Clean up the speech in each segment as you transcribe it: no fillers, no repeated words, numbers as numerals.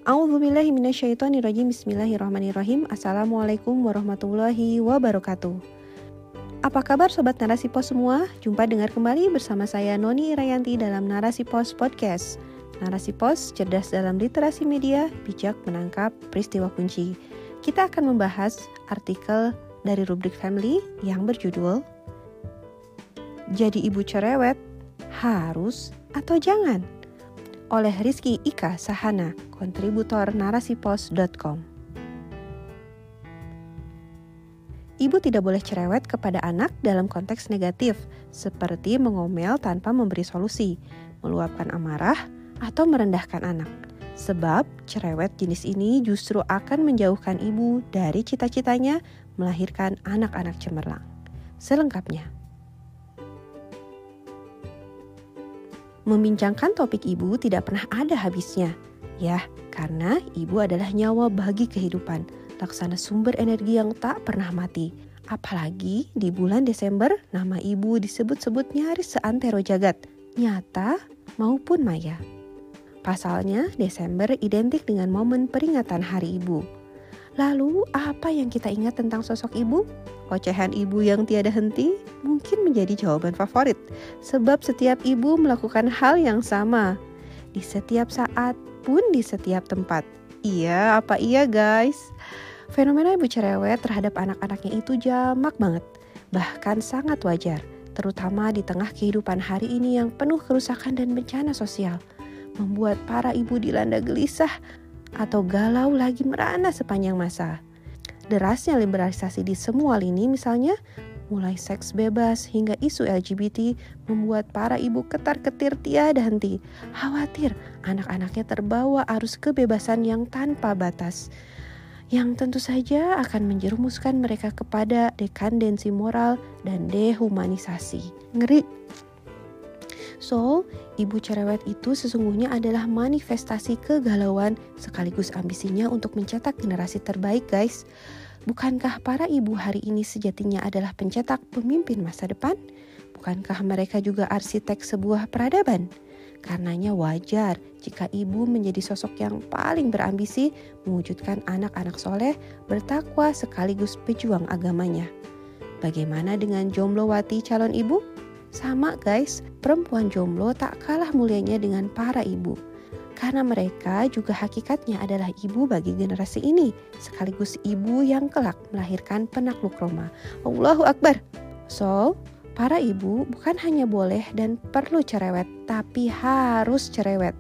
A'udzubillahi minasyaitonirrajim. Bismillahirrahmanirrahim. Assalamualaikum warahmatullahi wabarakatuh. Apa kabar Sobat Narasi Pos semua? Jumpa dengar kembali bersama saya Noni Irayanti dalam Narasi Pos Podcast. Narasi Pos, cerdas dalam literasi media, bijak menangkap peristiwa kunci. Kita akan membahas artikel dari rubrik Family yang berjudul Jadi Ibu Cerewet, Harus atau Jangan? Oleh Rizky Ika Sahana, kontributor narasipos.com. Ibu tidak boleh cerewet kepada anak dalam konteks negatif, seperti mengomel tanpa memberi solusi, meluapkan amarah, atau merendahkan anak. Sebab cerewet jenis ini justru akan menjauhkan ibu dari cita-citanya melahirkan anak-anak cemerlang. Selengkapnya. Membincangkan topik ibu tidak pernah ada habisnya. Ya, karena ibu adalah nyawa bagi kehidupan, laksana sumber energi yang tak pernah mati. Apalagi di bulan Desember, nama ibu disebut-sebut nyaris seantero jagat, nyata maupun maya. Pasalnya, Desember identik dengan momen peringatan Hari Ibu. Lalu, apa yang kita ingat tentang sosok ibu? Ocehan ibu yang tiada henti mungkin menjadi jawaban favorit, sebab setiap ibu melakukan hal yang sama di setiap saat pun di setiap tempat. Iya, apa iya guys? Fenomena ibu cerewet terhadap anak-anaknya itu jamak banget, bahkan sangat wajar, terutama di tengah kehidupan hari ini yang penuh kerusakan dan bencana sosial, membuat para ibu dilanda gelisah atau galau lagi merana sepanjang masa. Derasnya liberalisasi di semua lini misalnya, mulai seks bebas hingga isu LGBT membuat para ibu ketar-ketir tiada henti, khawatir anak-anaknya terbawa arus kebebasan yang tanpa batas, yang tentu saja akan menjerumuskan mereka kepada dekandensi moral dan dehumanisasi. Ngeri. So, ibu cerewet itu sesungguhnya adalah manifestasi kegalauan sekaligus ambisinya untuk mencetak generasi terbaik, guys. Bukankah para ibu hari ini sejatinya adalah pencetak pemimpin masa depan? Bukankah mereka juga arsitek sebuah peradaban? Karenanya wajar jika ibu menjadi sosok yang paling berambisi mewujudkan anak-anak soleh, bertakwa sekaligus pejuang agamanya. Bagaimana dengan jomblowati calon ibu? Sama guys, perempuan jomblo tak kalah mulianya dengan para ibu. Karena mereka juga hakikatnya adalah ibu bagi generasi ini, sekaligus ibu yang kelak melahirkan penakluk Roma. Allahu Akbar. So, para ibu bukan hanya boleh dan perlu cerewet, tapi harus cerewet.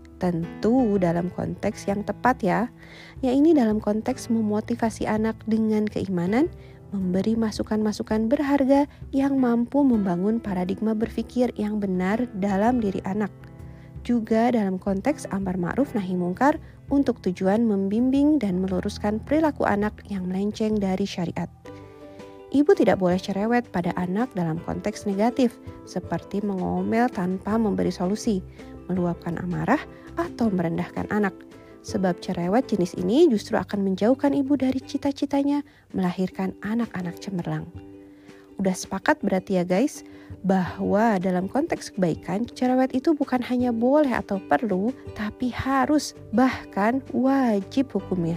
Tentu dalam konteks yang tepat ya. Ya ini dalam konteks memotivasi anak dengan keimanan, memberi masukan-masukan berharga yang mampu membangun paradigma berpikir yang benar dalam diri anak. Juga dalam konteks amar ma'ruf nahi mungkar untuk tujuan membimbing dan meluruskan perilaku anak yang melenceng dari syariat. Ibu tidak boleh cerewet pada anak dalam konteks negatif, seperti mengomel tanpa memberi solusi, meluapkan amarah, atau merendahkan anak. Sebab cerewet jenis ini justru akan menjauhkan ibu dari cita-citanya melahirkan anak-anak cemerlang. Udah sepakat berarti ya guys, bahwa dalam konteks kebaikan, cerewet itu bukan hanya boleh atau perlu, tapi harus, bahkan wajib hukumnya.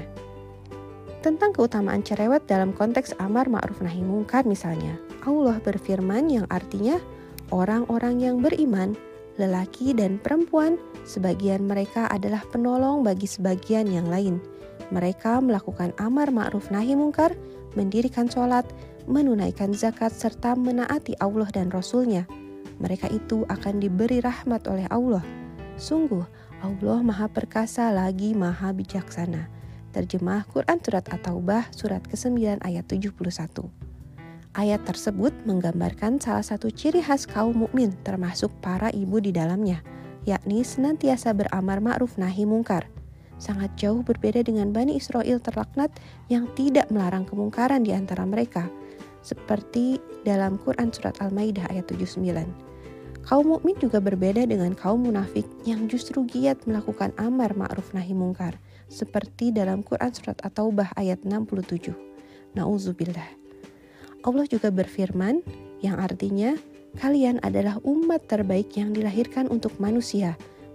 Tentang keutamaan cerewet dalam konteks amar ma'ruf nahi mungkar misalnya, Allah berfirman yang artinya, orang-orang yang beriman, lelaki dan perempuan, sebagian mereka adalah penolong bagi sebagian yang lain. Mereka melakukan amar ma'ruf nahi mungkar, mendirikan sholat, menunaikan zakat, serta menaati Allah dan Rasul-Nya. Mereka itu akan diberi rahmat oleh Allah. Sungguh, Allah Maha Perkasa lagi Maha Bijaksana. Terjemah Quran Surat At-Taubah, Surat ke-9 ayat 71. Ayat tersebut menggambarkan salah satu ciri khas kaum mukmin termasuk para ibu di dalamnya, yakni senantiasa beramar ma'ruf nahi mungkar. Sangat jauh berbeda dengan Bani Israel terlaknat yang tidak melarang kemungkaran di antara mereka, seperti dalam Quran Surat Al-Maidah ayat 79. Kaum mukmin juga berbeda dengan kaum munafik yang justru giat melakukan amar ma'ruf nahi mungkar, seperti dalam Quran Surat At-Taubah ayat 67. Na'udzubillah. Allah juga berfirman yang artinya, kalian adalah umat terbaik yang dilahirkan untuk manusia.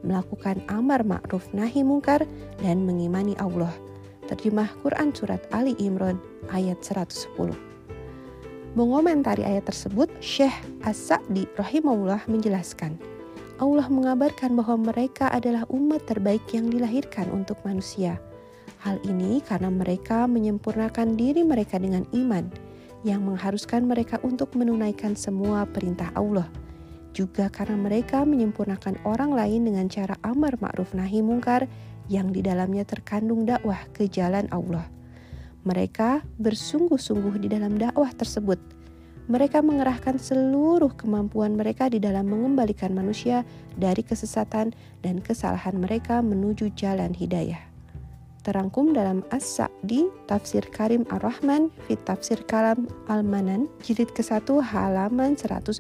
melakukan amar ma'ruf nahi mungkar, dan mengimani Allah. Terjemah Quran Surat Ali Imran ayat 110. Mengomentari ayat tersebut, Syekh As-Sa'di rahimahullah menjelaskan, Allah mengabarkan bahwa mereka adalah umat terbaik yang dilahirkan untuk manusia. Hal ini karena mereka menyempurnakan diri mereka dengan iman, yang mengharuskan mereka untuk menunaikan semua perintah Allah. Juga karena mereka menyempurnakan orang lain dengan cara amar ma'ruf nahi mungkar yang di dalamnya terkandung dakwah ke jalan Allah. Mereka bersungguh-sungguh di dalam dakwah tersebut. Mereka mengerahkan seluruh kemampuan mereka di dalam mengembalikan manusia dari kesesatan dan kesalahan mereka menuju jalan hidayah. Terangkum dalam As-Sa'di, Tafsir Karim Ar-Rahman, Fit Tafsir Kalam Al-Manan, jilid ke-1 halaman 143.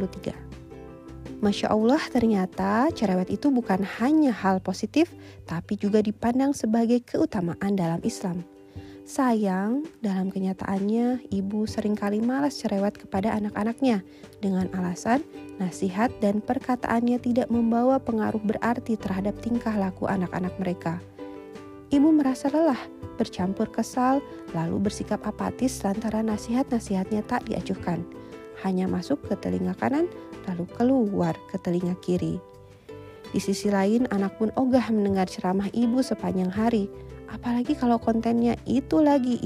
Masya Allah, ternyata cerewet itu bukan hanya hal positif, tapi juga dipandang sebagai keutamaan dalam Islam. Sayang, dalam kenyataannya, ibu seringkali malas cerewet kepada anak-anaknya dengan alasan nasihat dan perkataannya tidak membawa pengaruh berarti terhadap tingkah laku anak-anak mereka. Ibu merasa lelah, bercampur kesal, lalu bersikap apatis lantaran nasihat-nasihatnya tak diacuhkan. Hanya masuk ke telinga kanan, lalu keluar ke telinga kiri. Di sisi lain, anak pun ogah mendengar ceramah ibu sepanjang hari. Apalagi kalau kontennya itu lagi.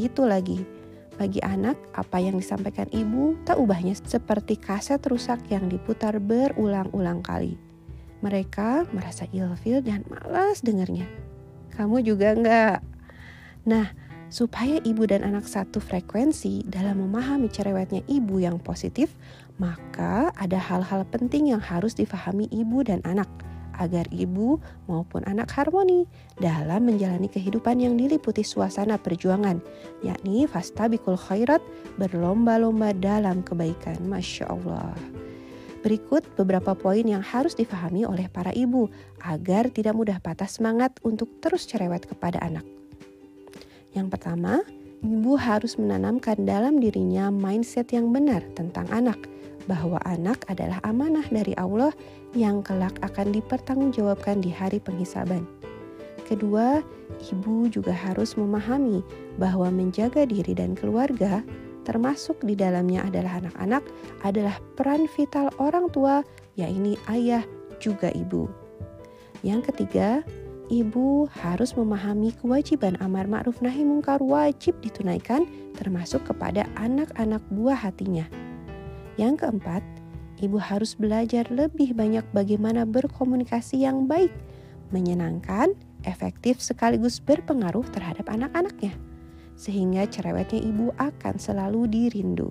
Bagi anak, apa yang disampaikan ibu tak ubahnya seperti kaset rusak yang diputar berulang-ulang kali. Mereka merasa ilfil dan malas dengarnya. Kamu juga enggak? Nah, supaya ibu dan anak satu frekuensi dalam memahami cerewetnya ibu yang positif, maka ada hal-hal penting yang harus difahami ibu dan anak, agar ibu maupun anak harmoni dalam menjalani kehidupan yang diliputi suasana perjuangan, yakni fastabiqul khairat, berlomba-lomba dalam kebaikan. Masya Allah. Berikut beberapa poin yang harus difahami oleh para ibu agar tidak mudah patah semangat untuk terus cerewet kepada anak. Yang pertama, ibu harus menanamkan dalam dirinya mindset yang benar tentang anak, bahwa anak adalah amanah dari Allah yang kelak akan dipertanggungjawabkan di hari penghisaban. Kedua, ibu juga harus memahami bahwa menjaga diri dan keluarga, termasuk di dalamnya adalah anak-anak, adalah peran vital orang tua, yaitu ayah juga ibu. Yang ketiga, ibu harus memahami kewajiban amar ma'ruf nahi mungkar wajib ditunaikan, termasuk kepada anak-anak buah hatinya. Yang keempat, ibu harus belajar lebih banyak bagaimana berkomunikasi yang baik, menyenangkan, efektif sekaligus berpengaruh terhadap anak-anaknya, sehingga cerewetnya ibu akan selalu dirindu.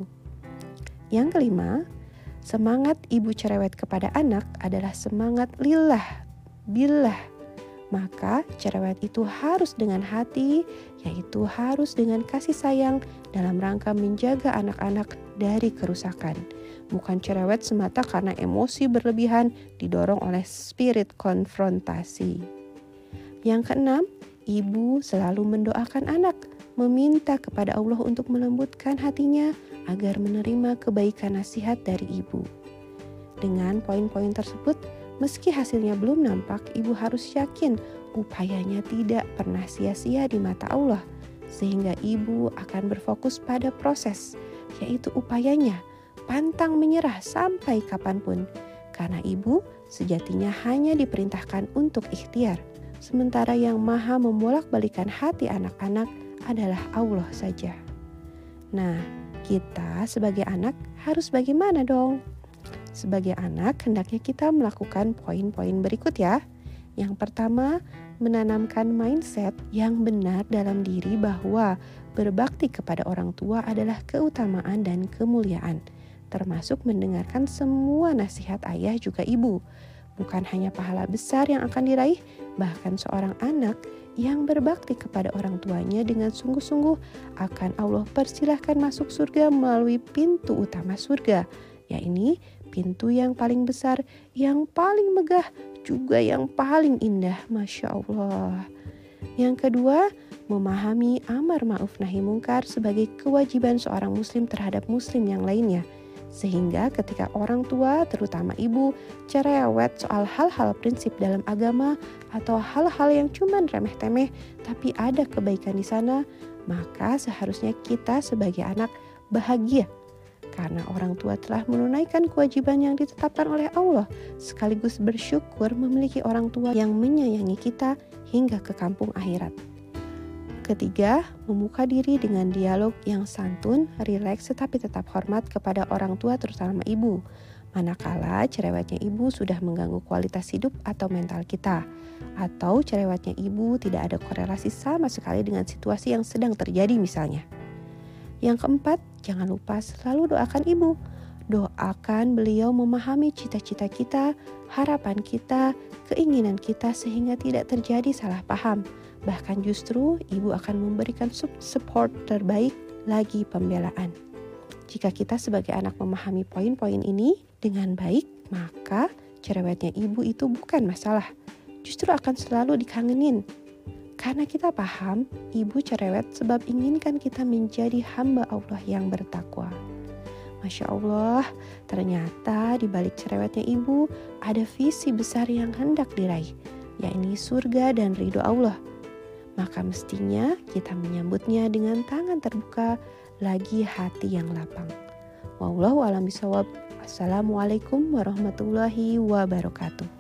Yang kelima, semangat ibu cerewet kepada anak adalah semangat lillah, billah. Maka cerewet itu harus dengan hati, yaitu harus dengan kasih sayang dalam rangka menjaga anak-anak dari kerusakan. Bukan cerewet semata karena emosi berlebihan didorong oleh spirit konfrontasi. Yang keenam, ibu selalu mendoakan anak, meminta kepada Allah untuk melembutkan hatinya agar menerima kebaikan nasihat dari ibu. Dengan poin-poin tersebut, meski hasilnya belum nampak, ibu harus yakin upayanya tidak pernah sia-sia di mata Allah, sehingga ibu akan berfokus pada proses, yaitu upayanya, pantang menyerah sampai kapanpun, karena ibu sejatinya hanya diperintahkan untuk ikhtiar, sementara yang maha membolak-balikan hati anak-anak adalah Allah saja. Nah, kita sebagai anak harus bagaimana dong? Sebagai anak, hendaknya kita melakukan poin-poin berikut ya. Yang pertama, menanamkan mindset yang benar dalam diri bahwa berbakti kepada orang tua adalah keutamaan dan kemuliaan, termasuk mendengarkan semua nasihat ayah juga ibu. Bukan hanya pahala besar yang akan diraih, bahkan seorang anak yang berbakti kepada orang tuanya dengan sungguh-sungguh akan Allah persilahkan masuk surga melalui pintu utama surga, yaitu pintu yang paling besar, yang paling megah, juga yang paling indah. Masya Allah. Yang kedua, memahami amar ma'ruf nahi mungkar sebagai kewajiban seorang muslim terhadap muslim yang lainnya, Sehingga ketika orang tua, terutama ibu, cerewet soal hal-hal prinsip dalam agama atau hal-hal yang cuman remeh-temeh tapi ada kebaikan di sana, maka seharusnya kita sebagai anak bahagia karena orang tua telah menunaikan kewajiban yang ditetapkan oleh Allah, sekaligus bersyukur memiliki orang tua yang menyayangi kita hingga ke kampung akhirat. Ketiga, membuka diri dengan dialog yang santun, rileks, tetapi tetap hormat kepada orang tua terutama ibu. Manakala cerewetnya ibu sudah mengganggu kualitas hidup atau mental kita, atau cerewetnya ibu tidak ada korelasi sama sekali dengan situasi yang sedang terjadi misalnya. Yang keempat, jangan lupa selalu doakan ibu. Doakan beliau memahami cita-cita kita, harapan kita, keinginan kita sehingga tidak terjadi salah paham. Bahkan justru ibu akan memberikan support terbaik lagi pembelaan. Jika kita sebagai anak memahami poin-poin ini dengan baik, maka cerewetnya ibu itu bukan masalah. Justru akan selalu dikangenin. Karena kita paham, ibu cerewet sebab inginkan kita menjadi hamba Allah yang bertakwa. Masya Allah, ternyata di balik cerewetnya ibu ada visi besar yang hendak diraih, yakni surga dan ridho Allah. Maka mestinya kita menyambutnya dengan tangan terbuka, lagi hati yang lapang. Wallahu a'lam bishawab. Assalamualaikum warahmatullahi wabarakatuh.